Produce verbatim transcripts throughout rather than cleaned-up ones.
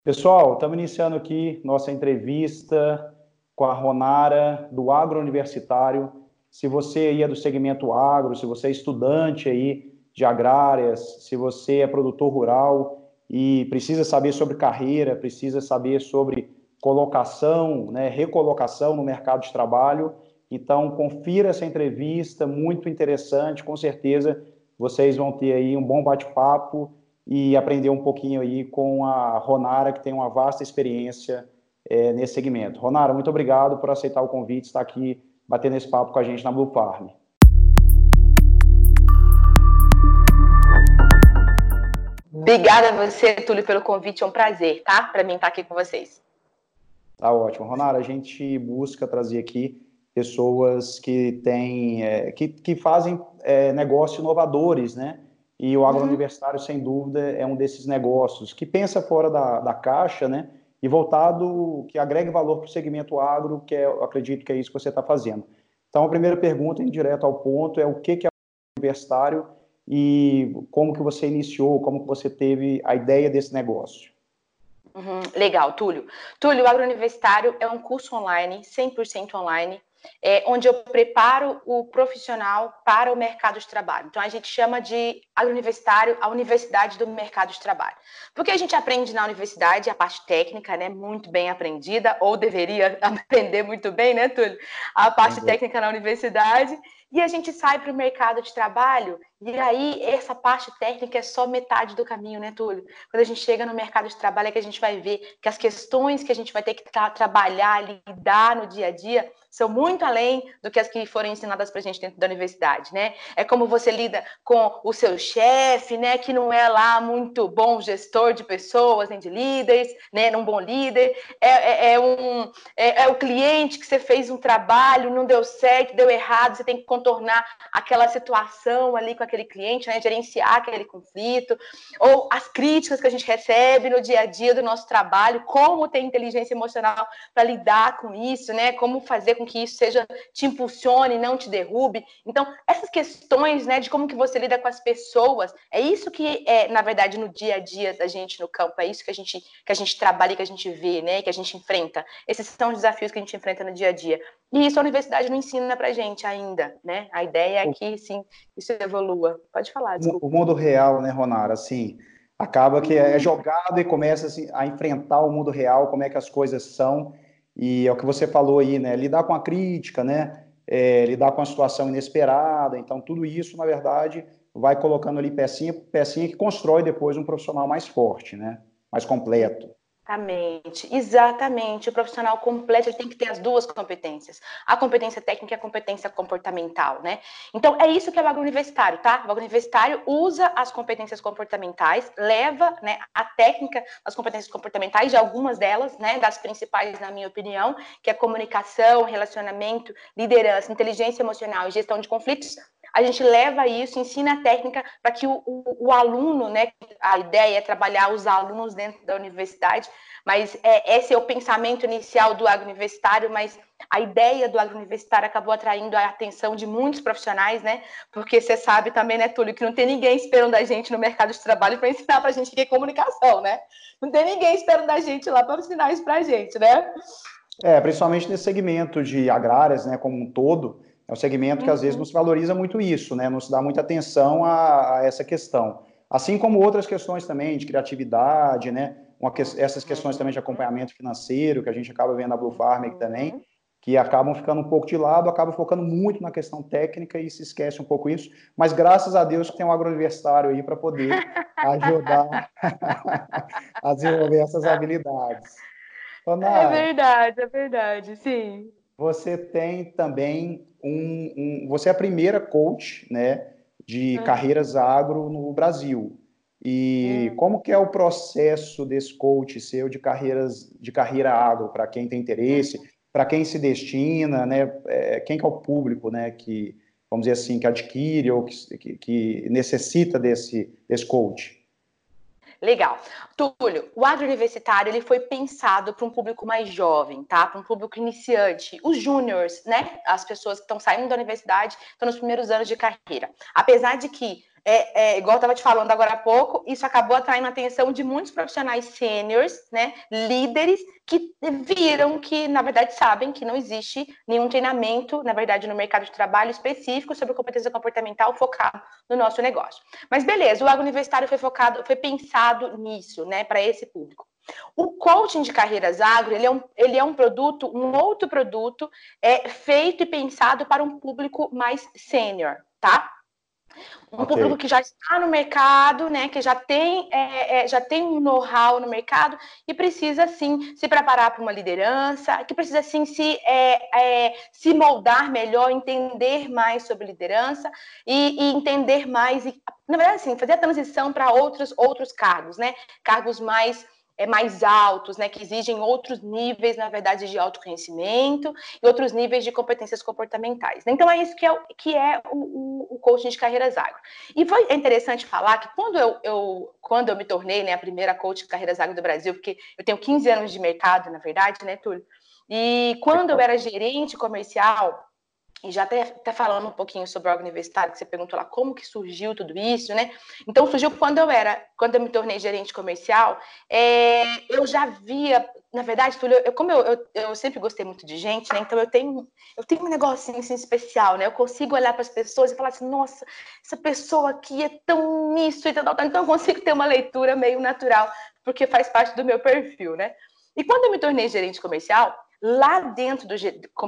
Pessoal, estamos iniciando aqui nossa entrevista com a Ronara, do Agro Universitário. Se você aí é do segmento agro, se você é estudante aí de agrárias, se você é produtor rural e precisa saber sobre carreira, precisa saber sobre colocação, né, recolocação no mercado de trabalho, então confira essa entrevista, muito interessante, com certeza vocês vão ter aí um bom bate-papo e aprender um pouquinho aí com a Ronara, que tem uma vasta experiência é, nesse segmento. Ronara, muito obrigado por aceitar o convite, estar aqui batendo esse papo com a gente na Blue Farm. Obrigada a você, Túlio, pelo convite. É um prazer, tá? Para mim estar aqui com vocês. Tá ótimo. Ronara, a gente busca trazer aqui pessoas que têm, é, que, que fazem é, negócios inovadores, né? E o agrouniversitário, uhum. sem dúvida, é um desses negócios que pensa fora da, da caixa, né? E voltado, que agregue valor para o segmento agro, que é, eu acredito que é isso que você está fazendo. Então, a primeira pergunta, indo direto ao ponto, é o que, que é o universitário e como que você iniciou, como que você teve a ideia desse negócio? Uhum, legal, Túlio. Túlio, o Agrouniversitário é um curso online, cem por cento online, é, onde eu preparo o profissional para o mercado de trabalho. Então, a gente chama de Agrouniversitário a universidade do mercado de trabalho. Porque a gente aprende na universidade a parte técnica, né, muito bem aprendida, ou deveria aprender muito bem, né, Túlio? A parte Entendi. técnica na universidade, e a gente sai para o mercado de trabalho, e aí essa parte técnica é só metade do caminho, né, Túlio? Quando a gente chega no mercado de trabalho é que a gente vai ver que as questões que a gente vai ter que tra trabalhar, lidar no dia a dia, são muito além do que as que foram ensinadas para a gente dentro da universidade, né? É como você lida com o seu chefe, né, que não é lá muito bom gestor de pessoas, nem de líderes, né, não bom líder. É, é, é, um, é, é o cliente que você fez um trabalho, não deu certo, deu errado, você tem que contornar aquela situação ali com aquele cliente, né, gerenciar aquele conflito, ou as críticas que a gente recebe no dia a dia do nosso trabalho, como ter inteligência emocional para lidar com isso, né? Como fazer com que isso seja te impulsione, não te derrube. Então, essas questões, né, de como que você lida com as pessoas, é isso que é, na verdade, no dia a dia da gente no campo, é isso que a gente que a gente trabalha, que a gente vê, né, que a gente enfrenta. Esses são os desafios que a gente enfrenta no dia a dia. E isso a universidade não ensina pra gente ainda, né? A ideia é que, sim, isso evolua. Pode falar, desculpa. O mundo real, né, Ronara, assim, acaba que é jogado e começa assim, a enfrentar o mundo real, como é que as coisas são, e é o que você falou aí, né, lidar com a crítica, né, é, lidar com a situação inesperada, então tudo isso, na verdade, vai colocando ali pecinha por pecinha que constrói depois um profissional mais forte, né, mais completo. Exatamente, exatamente. O profissional completo ele tem que ter as duas competências, a competência técnica e a competência comportamental, né? Então, é isso que é o agrouniversitário, tá? O agrouniversitário usa as competências comportamentais, leva, né, a técnica das competências comportamentais, de algumas delas, né, das principais, na minha opinião, que é comunicação, relacionamento, liderança, inteligência emocional e gestão de conflitos. A gente leva isso, ensina a técnica para que o, o, o aluno, né, a ideia é trabalhar os alunos dentro da universidade, mas é, esse é o pensamento inicial do agrouniversitário, mas a ideia do agrouniversitário acabou atraindo a atenção de muitos profissionais, né? Porque você sabe também, né, Túlio, que não tem ninguém esperando a gente no mercado de trabalho para ensinar para a gente que é comunicação, né? Não tem ninguém esperando a gente lá para ensinar isso para a gente, né? É, principalmente nesse segmento de agrárias, né, como um todo, é um segmento que às vezes não se valoriza muito isso, né, não se dá muita atenção a, a essa questão. Assim como outras questões também de criatividade, né, uma, essas questões também de acompanhamento financeiro, que a gente acaba vendo na Blue Farm aqui também, que acabam ficando um pouco de lado, acabam focando muito na questão técnica e se esquece um pouco isso, mas graças a Deus que tem um agrouniversitário aí para poder ajudar a desenvolver essas habilidades. É Ronara, verdade, é verdade, sim. você tem também um, um, você é a primeira coach, né, de carreiras agro no Brasil. E como que é o processo desse coach seu de carreiras de carreira agro para quem tem interesse, para quem se destina, né, é, quem que é o público, né, que vamos dizer assim que adquire ou que, que, que necessita desse desse coach? Legal. Túlio, o agrouniversitário ele foi pensado para um público mais jovem, tá? Para um público iniciante, os júniors, né? As pessoas que estão saindo da universidade, estão nos primeiros anos de carreira. Apesar de que É, é, igual eu estava te falando agora há pouco, isso acabou atraindo a atenção de muitos profissionais sêniores, né, líderes, que viram que, na verdade, sabem que não existe nenhum treinamento, na verdade, no mercado de trabalho específico sobre competência comportamental focado no nosso negócio. Mas beleza, o agrouniversitário foi focado, foi pensado nisso, né, para esse público. O coaching de carreiras agro, ele é um, ele é um produto, um outro produto, é feito e pensado para um público mais sênior, tá? Um Ok. público que já está no mercado, né, que já tem, é, é, já tem um know-how no mercado e precisa, sim, se preparar para uma liderança, que precisa, sim, se, é, é, se moldar melhor, entender mais sobre liderança e, e entender mais, e, na verdade, assim, fazer a transição para outros, outros cargos, né, cargos mais... É, mais altos, né, que exigem outros níveis, na verdade, de autoconhecimento e outros níveis de competências comportamentais. Então, é isso que é, que é o, o, o coaching de carreiras agro. E foi interessante falar que quando eu, eu, quando eu me tornei, né, a primeira coach de carreiras agro do Brasil, porque eu tenho quinze anos de mercado, na verdade, né, Túlio? E quando eu era gerente comercial, e já até, até falando um pouquinho sobre o agrouniversitário, que você perguntou lá como que surgiu tudo isso, né? Então, surgiu quando eu era, quando eu me tornei gerente comercial, é, eu já via, na verdade, Túlio, eu, como eu, eu, eu sempre gostei muito de gente, né? Então, eu tenho, eu tenho um negocinho assim, especial, né? Eu consigo olhar para as pessoas e falar assim, nossa, essa pessoa aqui é tão isso e tal, tal, tal. Então, eu consigo ter uma leitura meio natural, porque faz parte do meu perfil, né? E quando eu me tornei gerente comercial, lá dentro do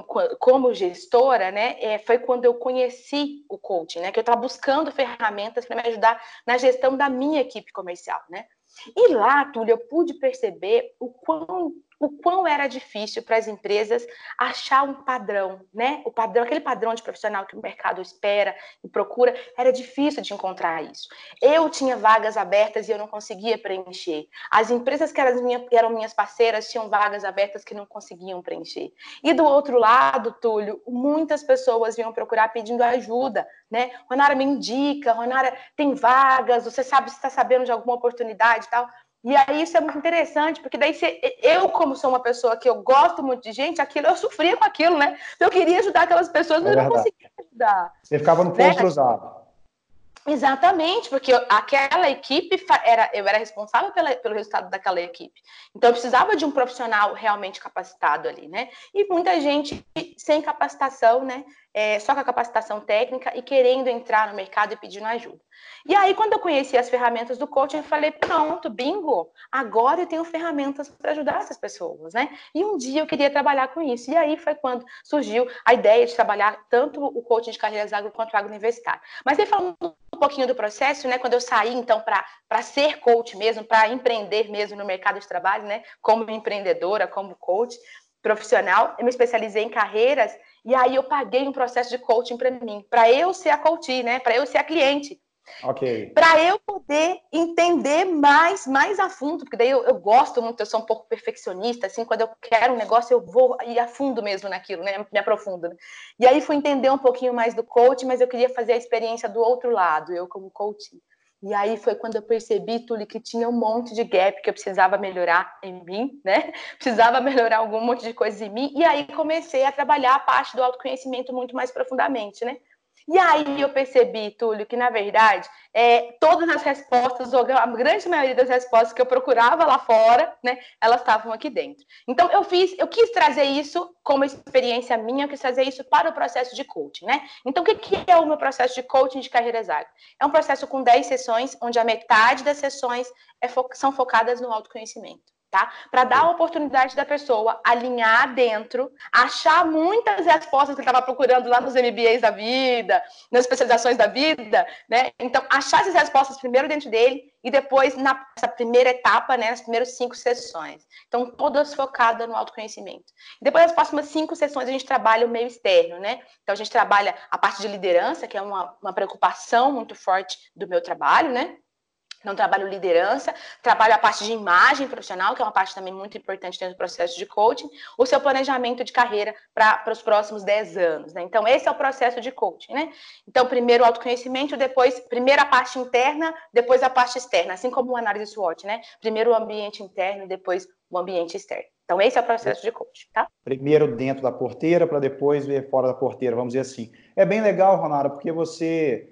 como gestora, né, é, foi quando eu conheci o coaching, né, que eu estava buscando ferramentas para me ajudar na gestão da minha equipe comercial, né. E lá, Túlio, eu pude perceber o quão, o quão era difícil para as empresas achar um padrão, né? O padrão, aquele padrão de profissional que o mercado espera e procura, era difícil de encontrar isso. Eu tinha vagas abertas e eu não conseguia preencher. As empresas que eram, minha, eram minhas parceiras tinham vagas abertas que não conseguiam preencher. E do outro lado, Túlio, muitas pessoas vinham procurar pedindo ajuda, né? Ronara, me indica, Ronara, tem vagas, você sabe se está sabendo de alguma oportunidade e tal. E aí isso é muito interessante, porque daí se, eu, como sou uma pessoa que eu gosto muito de gente, aquilo eu sofria com aquilo, né? Eu queria ajudar aquelas pessoas, mas É eu não verdade. conseguia ajudar. Você ficava no Né? ponto cruzado. Exatamente, porque aquela equipe, era, eu era responsável pela, pelo resultado daquela equipe. Então, eu precisava de um profissional realmente capacitado ali, né? E muita gente sem capacitação, né? É, só com a capacitação técnica e querendo entrar no mercado e pedindo ajuda. E aí, quando eu conheci as ferramentas do coaching, eu falei, pronto, bingo, agora eu tenho ferramentas para ajudar essas pessoas, né? E um dia eu queria trabalhar com isso. E aí foi quando surgiu a ideia de trabalhar tanto o coaching de carreiras agro quanto o agrouniversitário. Mas aí falando um pouquinho do processo, né? Quando eu saí, então, para ser coach mesmo, para empreender mesmo no mercado de trabalho, né? Como empreendedora, como coach profissional, eu me especializei em carreiras e aí eu paguei um processo de coaching para mim, para eu ser a coach, né? Para eu ser a cliente. Ok. Para eu poder entender mais, mais a fundo, porque daí eu, eu gosto muito, eu sou um pouco perfeccionista, assim, quando eu quero um negócio, eu vou ir a fundo mesmo naquilo, né? Me aprofundo. Né? E aí fui entender um pouquinho mais do coaching, mas eu queria fazer a experiência do outro lado, eu como coach. E aí foi quando eu percebi, Túlio, que tinha um monte de gap que eu precisava melhorar em mim, né? Precisava melhorar algum monte de coisas em mim. E aí comecei a trabalhar a parte do autoconhecimento muito mais profundamente, né? E aí eu percebi, Túlio, que na verdade é, todas as respostas, a grande maioria das respostas que eu procurava lá fora, né, elas estavam aqui dentro. Então eu fiz, eu quis trazer isso como experiência minha, eu quis trazer isso para o processo de coaching, né? Então o que, que é o meu processo de coaching de carreiras agro? É um processo com dez sessões, onde a metade das sessões é fo- são focadas no autoconhecimento. Tá? Para dar a oportunidade da pessoa alinhar dentro, achar muitas respostas que ele estava procurando lá nos M B As da vida, nas especializações da vida, né? Então, achar essas respostas primeiro dentro dele e depois nessa primeira etapa, né, nas primeiras cinco sessões. Então, todas focadas no autoconhecimento. Depois, nas próximas cinco sessões, a gente trabalha o meio externo, né? Então, a gente trabalha a parte de liderança, que é uma, uma preocupação muito forte do meu trabalho, né? Não trabalho liderança, trabalho a parte de imagem profissional, que é uma parte também muito importante dentro do processo de coaching, o seu planejamento de carreira para os próximos dez anos, né? Então, esse é o processo de coaching, né? Então, primeiro o autoconhecimento, depois, primeiro a parte interna, depois a parte externa, assim como o análise SWOT, né? Primeiro o ambiente interno e depois o ambiente externo. Então, esse é o processo de coaching, tá? Primeiro dentro da porteira, para depois ver fora da porteira, vamos dizer assim. É bem legal, Ronara, porque você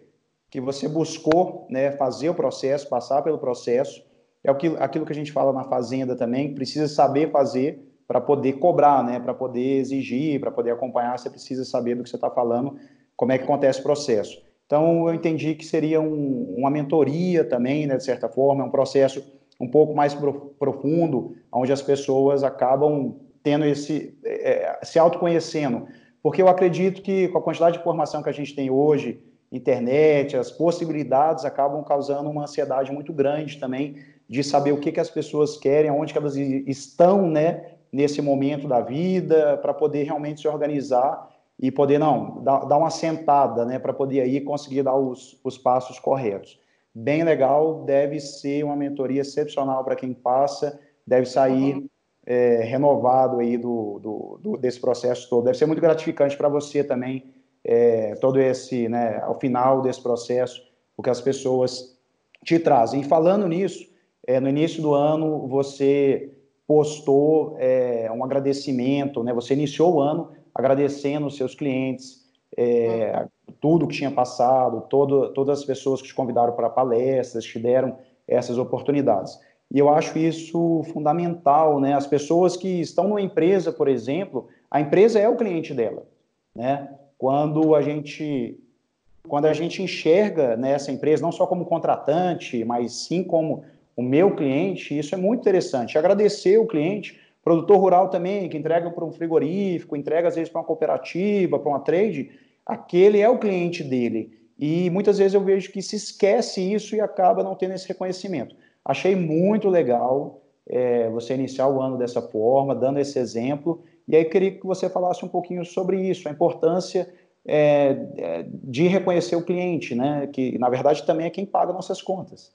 que você buscou, né, fazer o processo, passar pelo processo. É aquilo que a gente fala na fazenda também, precisa saber fazer para poder cobrar, né, para poder exigir, para poder acompanhar, você precisa saber do que você está falando, como é que acontece o processo. Então, eu entendi que seria um, uma mentoria também, né, de certa forma, é um processo um pouco mais profundo, onde as pessoas acabam tendo esse, é, se autoconhecendo. Porque eu acredito que com a quantidade de informação que a gente tem hoje, internet, as possibilidades acabam causando uma ansiedade muito grande também de saber o que, que as pessoas querem, onde que elas estão, né, nesse momento da vida, para poder realmente se organizar e poder, não, dar, dar uma sentada, né, para poder aí conseguir dar os, os passos corretos. Bem legal, deve ser uma mentoria excepcional para quem passa, deve sair uhum. é, renovado aí do, do, do, desse processo todo. Deve ser muito gratificante para você também, é, todo esse, né, ao final desse processo, o que as pessoas te trazem. E falando nisso, é, no início do ano, você postou é, um agradecimento, né, você iniciou o ano agradecendo os seus clientes, é, tudo que tinha passado, todo, todas as pessoas que te convidaram para palestras, te deram essas oportunidades. E eu acho isso fundamental, né? As pessoas que estão numa empresa, por exemplo, a empresa é o cliente dela, né? Quando a gente, quando a gente enxerga nessa empresa, não só como contratante, mas sim como o meu cliente, isso é muito interessante. Agradecer o cliente, produtor rural também, que entrega para um frigorífico, entrega às vezes para uma cooperativa, para uma trade, aquele é o cliente dele. E muitas vezes eu vejo que se esquece isso e acaba não tendo esse reconhecimento. Achei muito legal é, você iniciar o ano dessa forma, dando esse exemplo, e aí queria que você falasse um pouquinho sobre isso, a importância é, de reconhecer o cliente, né? Que na verdade também é quem paga nossas contas.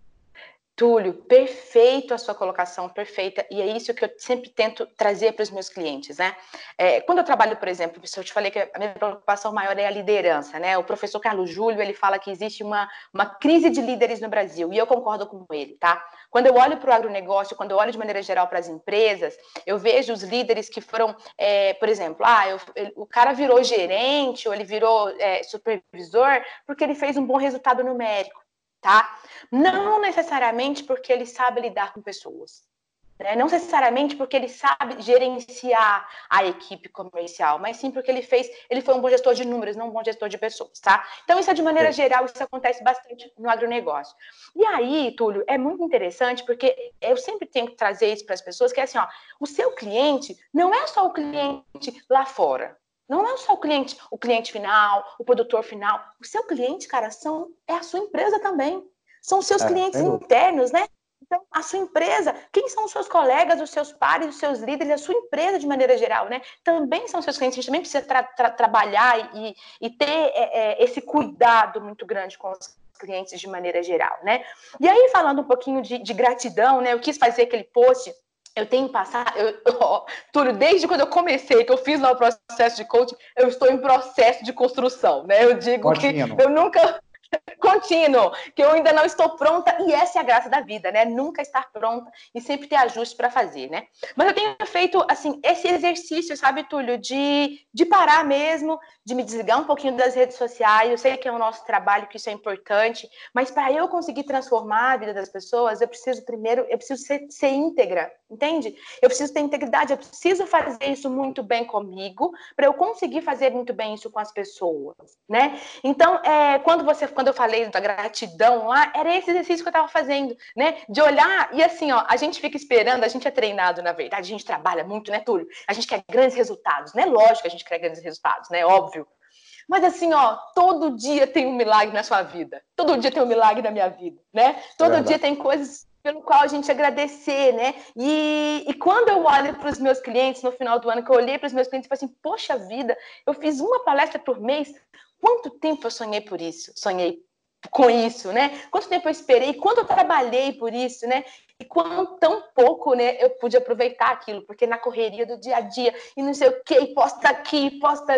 Túlio, perfeito a sua colocação, perfeita, e é isso que eu sempre tento trazer para os meus clientes, né? É, quando eu trabalho, por exemplo, eu te falei que a minha preocupação maior é a liderança, né? O professor Carlos Júlio, ele fala que existe uma, uma crise de líderes no Brasil, e eu concordo com ele, tá? Quando eu olho para o agronegócio, quando eu olho de maneira geral para as empresas, eu vejo os líderes que foram, é, por exemplo, ah, eu, ele, o cara virou gerente, ou ele virou é, supervisor, porque ele fez um bom resultado numérico. Tá? Não necessariamente porque ele sabe lidar com pessoas, né? Não necessariamente porque ele sabe gerenciar a equipe comercial, mas sim porque ele fez, ele foi um bom gestor de números, não um bom gestor de pessoas, tá? Então isso é de maneira é. geral, isso acontece bastante no agronegócio. E aí, Túlio, é muito interessante porque eu sempre tenho que trazer isso para as pessoas, que é assim, ó, o seu cliente não é só o cliente lá fora. Não é só o cliente, o cliente final, o produtor final. O seu cliente, cara, são, é a sua empresa também. São os seus é, clientes é internos, né? Então, a sua empresa, quem são os seus colegas, os seus pares, os seus líderes, a sua empresa de maneira geral, né? Também são seus clientes. A gente também precisa tra tra trabalhar e, e ter é, é, esse cuidado muito grande com os clientes de maneira geral, né? E aí, falando um pouquinho de, de gratidão, né? Eu quis fazer aquele post. Eu tenho passado, eu, ó, Túlio, desde quando eu comecei, que eu fiz lá o processo de coaching, eu estou em processo de construção, né? Eu digo Continua. que eu nunca... Contínuo, que eu ainda não estou pronta, e essa é a graça da vida, né? Nunca estar pronta e sempre ter ajustes para fazer, né? Mas eu tenho feito, assim, esse exercício, sabe, Túlio, de, de parar mesmo, de me desligar um pouquinho das redes sociais. Eu sei que é o nosso trabalho, que isso é importante, mas para eu conseguir transformar a vida das pessoas, eu preciso primeiro, eu preciso ser, ser íntegra, entende? Eu preciso ter integridade, eu preciso fazer isso muito bem comigo, para eu conseguir fazer muito bem isso com as pessoas, né? Então, é, quando você... Quando eu falei da gratidão lá, era esse exercício que eu estava fazendo, né? De olhar e assim, ó, a gente fica esperando, a gente é treinado, na verdade, a gente trabalha muito, né, Túlio? A gente quer grandes resultados, né? Lógico que a gente quer grandes resultados, né? Óbvio. Mas assim, ó, todo dia tem um milagre na sua vida. Todo dia tem um milagre na minha vida, né? Todo é dia tem coisas pelo qual a gente agradecer, né? E, e quando eu olho para os meus clientes no final do ano, que eu olhei para os meus clientes e falei assim, poxa vida, eu fiz uma palestra por mês. Quanto tempo eu sonhei por isso? Sonhei com isso, né? Quanto tempo eu esperei? Quanto eu trabalhei por isso, né? E quanto tão pouco, né, eu pude aproveitar aquilo, porque na correria do dia a dia, e não sei o que, posta aqui, posta ali,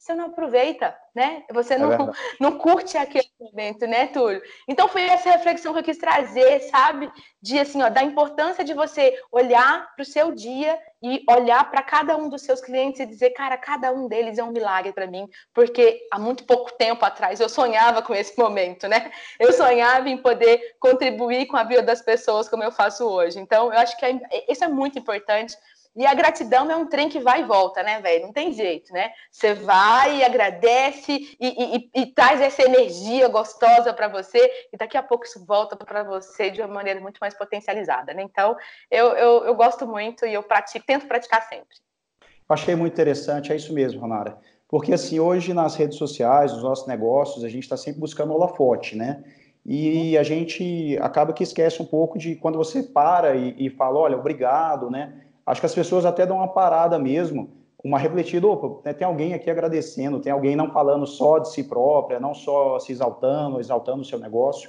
você não aproveita, né? Você É não, verdade. não curte aquele momento, né, Túlio? Então foi essa reflexão que eu quis trazer, sabe? De assim, ó, da importância de você olhar para o seu dia e olhar para cada um dos seus clientes e dizer, cara, cada um deles é um milagre para mim, porque há muito pouco tempo atrás eu sonhava com esse momento, né? Eu sonhava em poder contribuir com a vida das pessoas como eu faço hoje. Então, eu acho que é, isso é muito importante. E a gratidão é um trem que vai e volta, né, velho? Não tem jeito, né? Você vai e agradece e, e, e traz essa energia gostosa para você e daqui a pouco isso volta para você de uma maneira muito mais potencializada, né? Então, eu, eu, eu gosto muito e eu pratico, tento praticar sempre. Achei muito interessante, é isso mesmo, Ronara. Porque, assim, hoje nas redes sociais, nos nossos negócios, a gente está sempre buscando holofote, né? E a gente acaba que esquece um pouco de quando você para e, e fala, olha, obrigado, né? Acho que as pessoas até dão uma parada mesmo, uma refletida, opa, né, tem alguém aqui agradecendo, tem alguém não falando só de si própria, não só se exaltando, exaltando o seu negócio.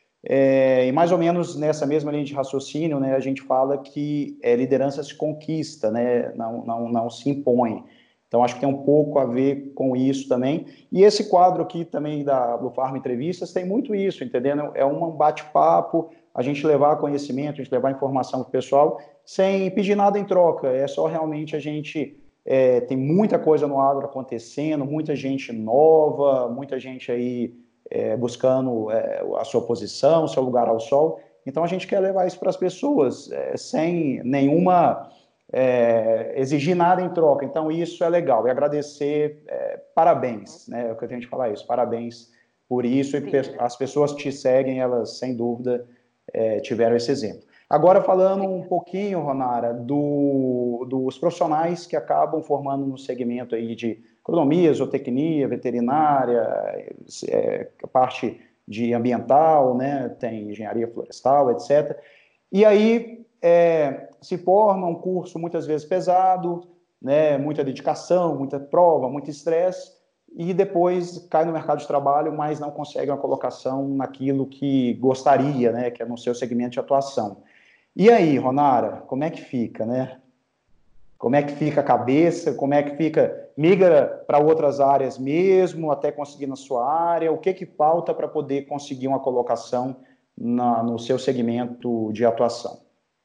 É, e mais ou menos nessa mesma linha de raciocínio, né, a gente fala que é, liderança se conquista, né, não, não, não se impõe. Então, acho que tem um pouco a ver com isso também. E esse quadro aqui também da Blue Farm Entrevistas tem muito isso, entendendo? É um bate-papo, a gente levar conhecimento, a gente levar informação para o pessoal, sem pedir nada em troca. É só realmente a gente... É, tem muita coisa no agro acontecendo, muita gente nova, muita gente aí é, buscando é, a sua posição, o seu lugar ao sol. Então, a gente quer levar isso para as pessoas, é, sem nenhuma... É, exigir nada em troca. Então, isso é legal. E agradecer, é, parabéns, né? É o que eu tenho de falar isso. Parabéns por isso. E pe as pessoas que te seguem, elas, sem dúvida, é, tiveram esse exemplo. Agora, falando um pouquinho, Ronara, do, dos profissionais que acabam formando no segmento aí de agronomia, zootecnia, veterinária, é, a parte de ambiental, né? Tem engenharia florestal, etcétera. E aí, é, se forma um curso muitas vezes pesado, né, muita dedicação, muita prova, muito estresse, e depois cai no mercado de trabalho, mas não consegue uma colocação naquilo que gostaria, né, que é no seu segmento de atuação. E aí, Ronara, como é que fica, né? Como é que fica a cabeça? Como é que fica? Migra para outras áreas mesmo, até conseguir na sua área? O que que falta para poder conseguir uma colocação na, no seu segmento de atuação?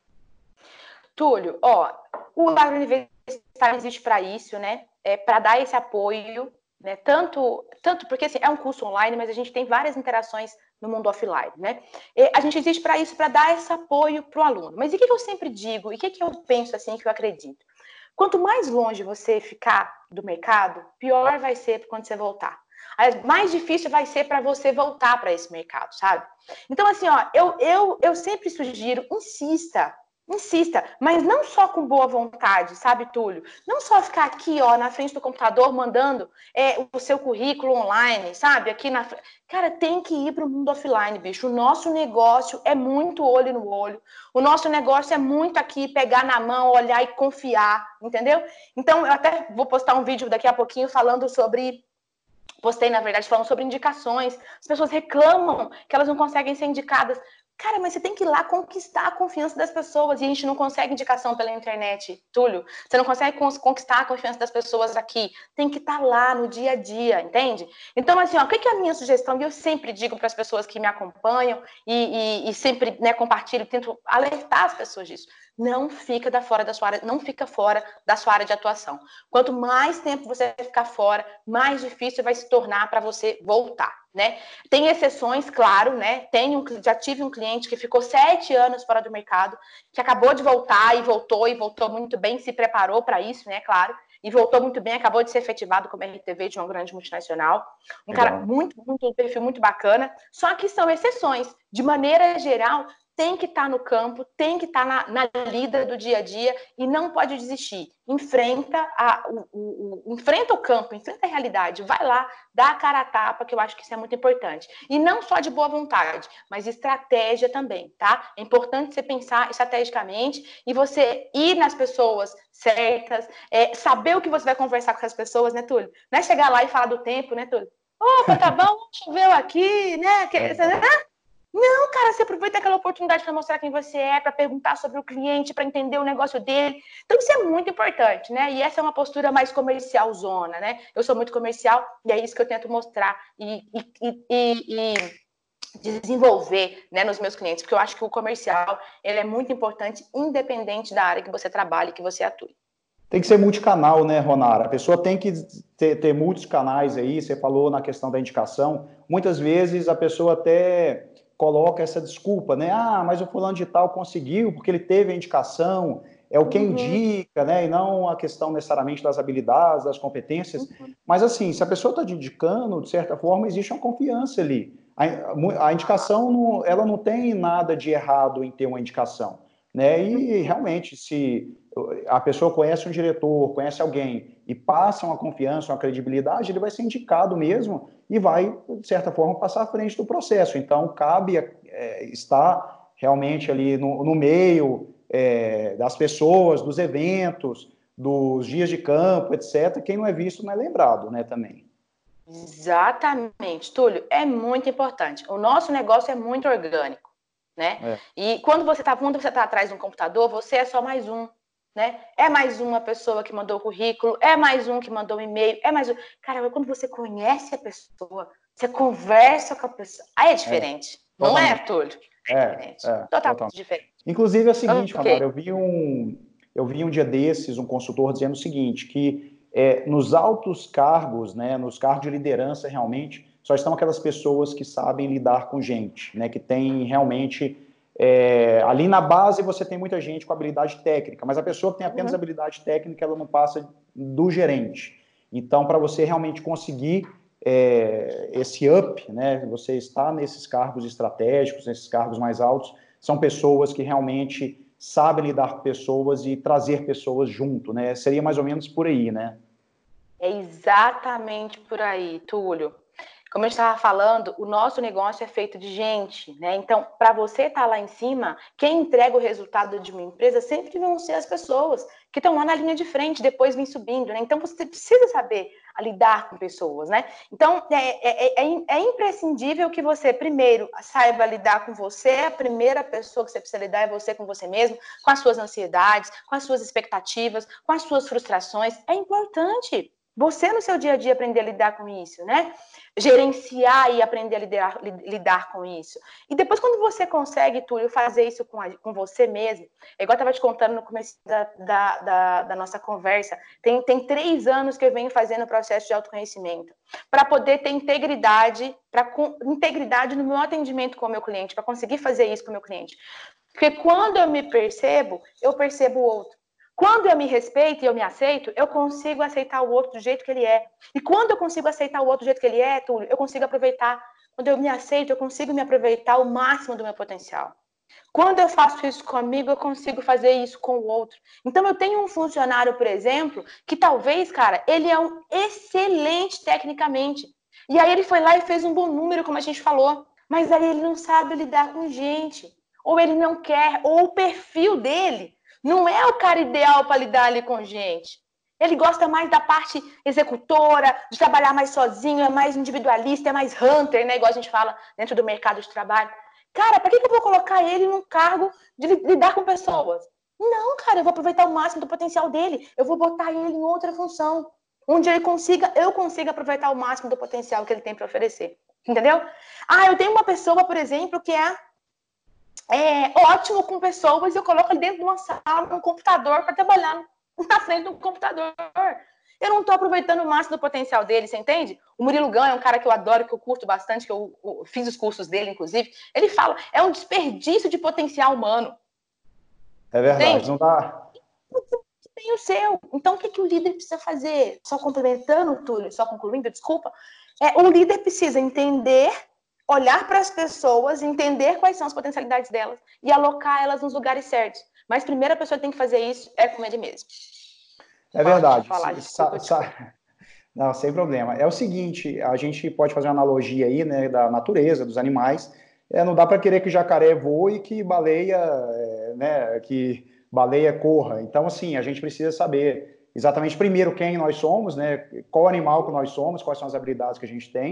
Túlio, ó, o agro universitário existe para isso, né? É para dar esse apoio, né? Tanto, tanto porque assim, é um curso online, mas a gente tem várias interações no mundo offline, né? E a gente existe para isso, para dar esse apoio para o aluno. Mas e o que eu sempre digo? E o que eu penso assim, que eu acredito? Quanto mais longe você ficar do mercado, pior vai ser quando você voltar. Mais difícil vai ser para você voltar para esse mercado, sabe? Então, assim, ó, eu, eu, eu sempre sugiro, insista, insista, mas não só com boa vontade, sabe, Túlio? Não só ficar aqui, ó, na frente do computador mandando é, o seu currículo online, sabe? Aqui na Cara, tem que ir para o mundo offline, bicho. O nosso negócio é muito olho no olho. O nosso negócio é muito aqui pegar na mão, olhar e confiar, entendeu? Então, eu até vou postar um vídeo daqui a pouquinho falando sobre postei, na verdade, falando sobre indicações. As pessoas reclamam que elas não conseguem ser indicadas. Cara, mas você tem que ir lá conquistar a confiança das pessoas. E a gente não consegue indicação pela internet, Túlio. Você não consegue conquistar a confiança das pessoas aqui. Tem que estar lá no dia a dia, entende? Então, assim, ó, o que é a minha sugestão? E eu sempre digo para as pessoas que me acompanham e, e, e sempre, né, compartilho, tento alertar as pessoas disso. Não fica da fora da sua área, não fica fora da sua área de atuação. Quanto mais tempo você ficar fora, mais difícil vai se tornar para você voltar, né? Tem exceções, claro, né? Tem um, já tive um cliente que ficou sete anos fora do mercado, que acabou de voltar e voltou e voltou muito bem, se preparou para isso, né? Claro. E voltou muito bem, acabou de ser efetivado como R T V de uma grande multinacional. Um Legal. Cara muito, muito, um perfil muito bacana. Só que são exceções. De maneira geral, tem que estar no campo, tem que estar na, na lida do dia a dia e não pode desistir. Enfrenta, a, o, o, o, enfrenta o campo, enfrenta a realidade, vai lá, dá a cara a tapa, que eu acho que isso é muito importante. E não só de boa vontade, mas estratégia também, tá? É importante você pensar estrategicamente e você ir nas pessoas certas, é, saber o que você vai conversar com essas pessoas, né, Túlio? Não é chegar lá e falar do tempo, né, Túlio? Opa, tá bom, choveu aqui, né? Que, né? Não, cara, você aproveita aquela oportunidade para mostrar quem você é, para perguntar sobre o cliente, para entender o negócio dele. Então, isso é muito importante, né? E essa é uma postura mais comercial zona, né? Eu sou muito comercial e é isso que eu tento mostrar e, e, e, e desenvolver, né, nos meus clientes, porque eu acho que o comercial ele é muito importante, independente da área que você trabalhe, que você atue. Tem que ser multicanal, né, Ronara? A pessoa tem que ter, ter muitos canais aí, você falou na questão da indicação. Muitas vezes a pessoa até coloca essa desculpa, né? Ah, mas o fulano de tal conseguiu porque ele teve a indicação, é o que Uhum. indica, né? E não a questão necessariamente das habilidades, das competências. Uhum. Mas assim, se a pessoa está te indicando, de certa forma, existe uma confiança ali. A, a indicação, não, ela não tem nada de errado em ter uma indicação, né? E realmente, se a pessoa conhece um diretor, conhece alguém e passa uma confiança, uma credibilidade, ele vai ser indicado mesmo e vai, de certa forma, passar à frente do processo. Então, cabe é, estar realmente ali no, no meio é, das pessoas, dos eventos, dos dias de campo, etcétera. Quem não é visto não é lembrado, né, também. Exatamente, Túlio, é muito importante. O nosso negócio é muito orgânico, né? É. E quando você está quando você tá atrás de um computador, você é só mais um, né? É mais uma pessoa que mandou o currículo, é mais um que mandou um e-mail, é mais um. Cara, quando você conhece a pessoa, você conversa com a pessoa, aí é diferente, é, não é, Túlio? É, é diferente, é, totalmente, totalmente diferente. Inclusive é o seguinte, okay. Ronara, eu vi um, eu vi um dia desses um consultor dizendo o seguinte, que é, nos altos cargos, né, nos cargos de liderança realmente, só estão aquelas pessoas que sabem lidar com gente, né, que tem realmente... É, ali na base você tem muita gente com habilidade técnica, mas a pessoa que tem apenas uhum. habilidade técnica, ela não passa do gerente. Então, para você realmente conseguir é, esse up, né, você está nesses cargos estratégicos, nesses cargos mais altos, são pessoas que realmente sabem lidar com pessoas e trazer pessoas junto, né? Seria mais ou menos por aí, né? É exatamente por aí, Túlio. Como eu estava falando, o nosso negócio é feito de gente, né? Então, para você estar tá lá em cima, quem entrega o resultado de uma empresa sempre vão ser as pessoas que estão lá na linha de frente, depois vêm subindo, né? Então, você precisa saber lidar com pessoas, né? Então, é, é, é, é imprescindível que você, primeiro, saiba lidar com você. A primeira pessoa que você precisa lidar é você com você mesmo, com as suas ansiedades, com as suas expectativas, com as suas frustrações. É importante você, no seu dia a dia, aprender a lidar com isso, né? Gerenciar e aprender a lidar, lidar com isso. E depois, quando você consegue, Túlio, fazer isso com, a, com você mesmo, é igual eu estava te contando no começo da, da, da, da nossa conversa, tem, tem três anos que eu venho fazendo o processo de autoconhecimento, para poder ter integridade, para integridade no meu atendimento com o meu cliente, para conseguir fazer isso com o meu cliente. Porque quando eu me percebo, eu percebo o outro. Quando eu me respeito e eu me aceito, eu consigo aceitar o outro do jeito que ele é. E quando eu consigo aceitar o outro do jeito que ele é, Túlio, eu consigo aproveitar. Quando eu me aceito, eu consigo me aproveitar o máximo do meu potencial. Quando eu faço isso comigo, eu consigo fazer isso com o outro. Então, eu tenho um funcionário, por exemplo, que talvez, cara, ele é um excelente tecnicamente. E aí ele foi lá e fez um bom número, como a gente falou. Mas aí ele não sabe lidar com gente. Ou ele não quer, ou o perfil dele não é o cara ideal para lidar ali com gente. Ele gosta mais da parte executora, de trabalhar mais sozinho, é mais individualista, é mais hunter, né? Igual a gente fala dentro do mercado de trabalho. Cara, para que eu vou colocar ele num cargo de lidar com pessoas? Não, cara, eu vou aproveitar o máximo do potencial dele. Eu vou botar ele em outra função, onde ele consiga, eu consiga aproveitar o máximo do potencial que ele tem para oferecer. Entendeu? Ah, eu tenho uma pessoa, por exemplo, que é É ótimo com pessoas, eu coloco ele dentro de uma sala, um computador, para trabalhar na frente do computador. Eu não estou aproveitando o máximo do potencial dele, você entende? O Murilo Gun é um cara que eu adoro, que eu curto bastante, que eu, eu fiz os cursos dele, inclusive. Ele fala, é um desperdício de potencial humano. É verdade, entende? Não dá... Tem o seu. Então, o que, que o líder precisa fazer? Só complementando, Túlio, só concluindo, desculpa. É, o líder precisa entender... olhar para as pessoas, entender quais são as potencialidades delas e alocar elas nos lugares certos. Mas a primeira pessoa que tem que fazer isso é com ele mesmo. É verdade. Falar, desculpa, sa desculpa. Não, sem problema. É o seguinte, a gente pode fazer uma analogia aí, né, da natureza, dos animais. É, não dá para querer que jacaré voe e que baleia, é, né, que baleia corra. Então, assim, a gente precisa saber exatamente, primeiro, quem nós somos, né, qual animal que nós somos, quais são as habilidades que a gente tem,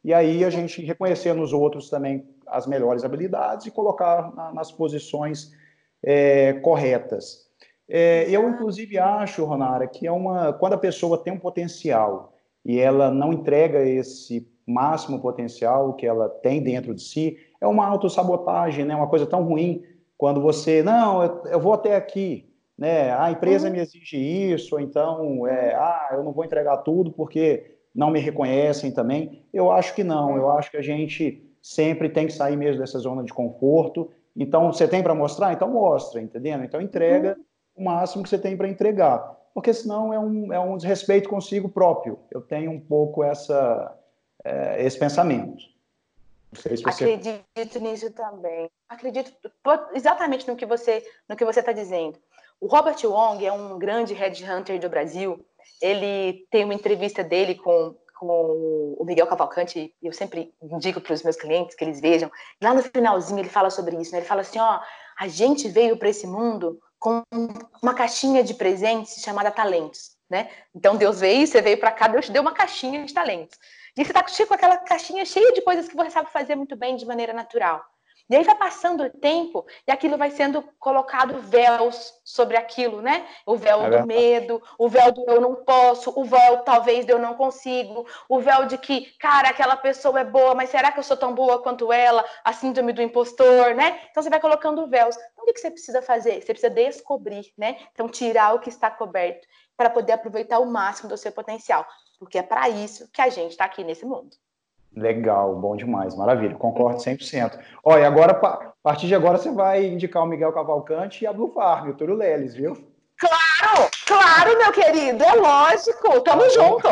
e aí a gente reconhecer nos outros também as melhores habilidades e colocar na, nas posições é, corretas. É, eu, inclusive, acho, Ronara, que é uma, quando a pessoa tem um potencial e ela não entrega esse máximo potencial que ela tem dentro de si, é uma autossabotagem, né? Uma coisa tão ruim quando você, não, eu, eu vou até aqui, né? A empresa me exige isso, ou então, é, ah, eu não vou entregar tudo porque não me reconhecem também. Eu acho que não, eu acho que a gente sempre tem que sair mesmo dessa zona de conforto. Então, você tem para mostrar? Então mostra, entendendo? Então entrega o máximo que você tem para entregar, porque senão é um, é um desrespeito consigo próprio. Eu tenho um pouco essa, é, esse pensamento. Não sei se você... Acredito nisso também. Acredito exatamente no que você no que você está dizendo. O Robert Wong é um grande headhunter do Brasil. Ele tem uma entrevista dele com, com o Miguel Cavalcante, e eu sempre digo para os meus clientes que eles vejam. Lá no finalzinho ele fala sobre isso, né? Ele fala assim, ó, a gente veio para esse mundo com uma caixinha de presentes chamada talentos, né? Então Deus veio, você veio para cá, Deus te deu uma caixinha de talentos. E você está com aquela caixinha cheia de coisas que você sabe fazer muito bem de maneira natural. E aí vai passando o tempo e aquilo vai sendo colocado véus sobre aquilo, né? O véu do medo, o véu do eu não posso, o véu talvez do eu não consigo, o véu de que, cara, aquela pessoa é boa, mas será que eu sou tão boa quanto ela? A síndrome do impostor, né? Então você vai colocando véus. Então o que você precisa fazer? Você precisa descobrir, né? Então tirar o que está coberto para poder aproveitar o máximo do seu potencial. Porque é para isso que a gente está aqui nesse mundo. Legal, bom demais, maravilha, concordo cem por cento. Olha, agora, a partir de agora, você vai indicar o Miguel Cavalcante e a Blue Farm, o Túlio Leles, viu? Claro, claro, meu querido, é lógico, tamo junto.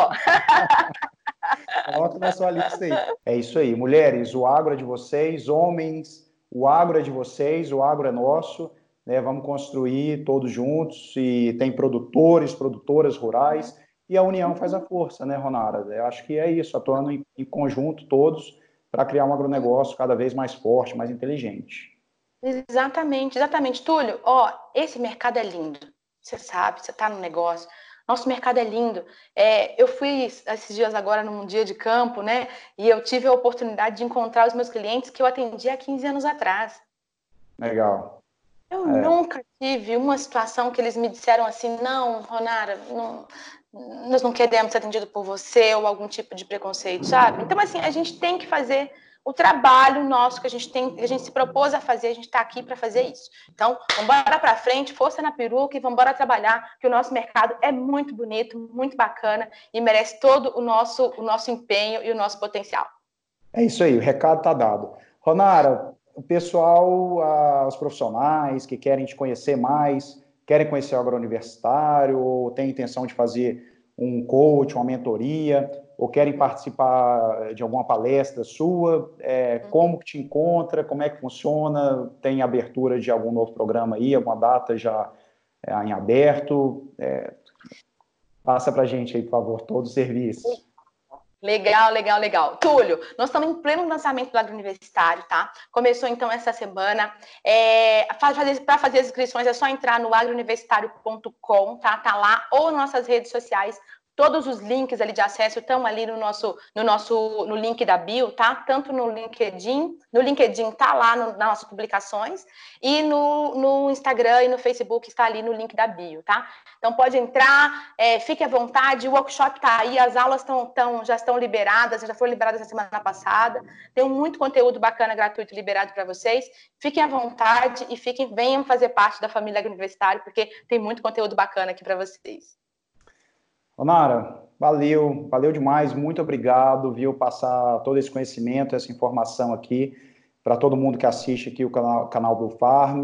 Coloca na sua lista aí. É isso aí, mulheres, o agro é de vocês, homens, o agro é de vocês, o agro é nosso, né? Vamos construir todos juntos, e tem produtores, produtoras rurais, e a união faz a força, né, Ronara? Eu acho que é isso, atuando em, em conjunto todos para criar um agronegócio cada vez mais forte, mais inteligente. Exatamente, exatamente. Túlio, ó, esse mercado é lindo, você sabe, você está no negócio, nosso mercado é lindo. É, eu fui esses dias agora num dia de campo, né, e eu tive a oportunidade de encontrar os meus clientes que eu atendi há quinze anos atrás. Legal. Eu é. nunca tive uma situação que eles me disseram assim, não, Ronara, não, nós não queremos ser atendido por você, ou algum tipo de preconceito, sabe? Então, assim, a gente tem que fazer o trabalho nosso que a gente tem, que a gente se propôs a fazer, a gente está aqui para fazer isso. Então, vamos embora para frente, força na peruca e vamos embora trabalhar, que o nosso mercado é muito bonito, muito bacana e merece todo o nosso, o nosso empenho e o nosso potencial. É isso aí, o recado está dado. Ronara, o pessoal, ah, os profissionais que querem te conhecer mais, querem conhecer o agrouniversitário, ou têm intenção de fazer um coach, uma mentoria, ou querem participar de alguma palestra sua, é, como que te encontra, como é que funciona, tem abertura de algum novo programa aí, alguma data já é, em aberto? É, passa para a gente aí, por favor, todos os serviços. Legal, legal, legal. Túlio, nós estamos em pleno lançamento do agrouniversitário, tá? Começou, então, essa semana. É, para fazer, fazer as inscrições, é só entrar no agrouniversitário ponto com, tá? Tá lá, ou nas nossas redes sociais. Todos os links ali de acesso estão ali no nosso, no nosso, no link da bio, tá? Tanto no LinkedIn, no LinkedIn tá lá no, nas nossas publicações, e no, no Instagram e no Facebook está ali no link da bio, tá? Então pode entrar, é, fique à vontade, o workshop tá aí, as aulas tão, tão, já estão liberadas, já foram liberadas na semana passada, tem muito conteúdo bacana, gratuito, liberado para vocês. Fiquem à vontade e fiquem, venham fazer parte da família agrouniversitária, porque tem muito conteúdo bacana aqui para vocês. Ronara, valeu, valeu demais, muito obrigado, viu, passar todo esse conhecimento, essa informação aqui para todo mundo que assiste aqui o canal, canal Blue Farm.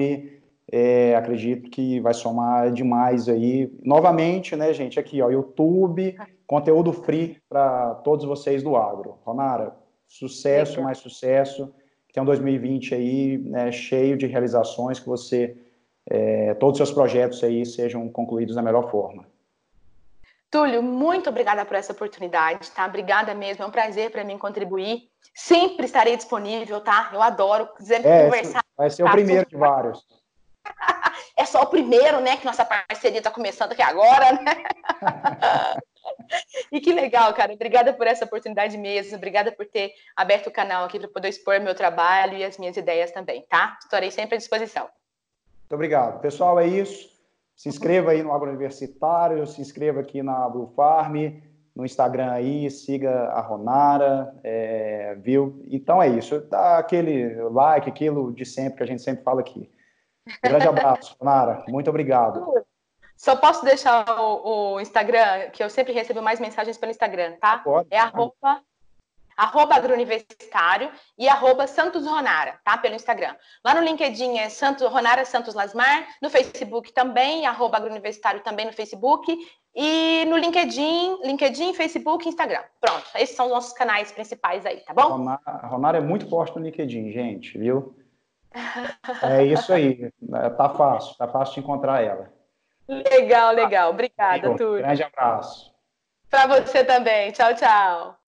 É, acredito que vai somar demais aí. Novamente, né, gente, aqui, ó, YouTube, conteúdo free para todos vocês do agro. Ronara, sucesso, Legal. Mais sucesso, que tem um dois mil e vinte aí, né, cheio de realizações, que você, é, todos os seus projetos aí sejam concluídos da melhor forma. Túlio, muito obrigada por essa oportunidade, tá? Obrigada mesmo, é um prazer para mim contribuir. Sempre estarei disponível, tá? Eu adoro sempre é, conversar. Vai ser o primeiro de vários. É só o primeiro, né? Que nossa parceria está começando aqui agora, né? E que legal, cara. Obrigada por essa oportunidade mesmo. Obrigada por ter aberto o canal aqui para poder expor meu trabalho e as minhas ideias também, tá? Estarei sempre à disposição. Muito obrigado. Pessoal, é isso. Se inscreva aí no Agrouniversitário, se inscreva aqui na Blue Farm, no Instagram aí, siga a Ronara, é, viu? Então é isso. Dá aquele like, aquilo de sempre que a gente sempre fala aqui. Um grande abraço, Ronara. Muito obrigado. Só posso deixar o, o Instagram, que eu sempre recebo mais mensagens pelo Instagram, tá? Pode. É arroba, arroba agrouniversitário e arroba Santos Ronara, tá? Pelo Instagram. Lá no LinkedIn é Santos, Ronara Santos Lasmar, no Facebook também, arroba agrouniversitário também no Facebook, e no LinkedIn, LinkedIn, Facebook e Instagram. Pronto, esses são os nossos canais principais aí, tá bom? Ronara, a Ronara é muito forte no LinkedIn, gente, viu? É isso aí. Tá fácil, tá fácil de encontrar ela. Legal, legal. Obrigada, Túlio. Grande abraço. Para você também. Tchau, tchau.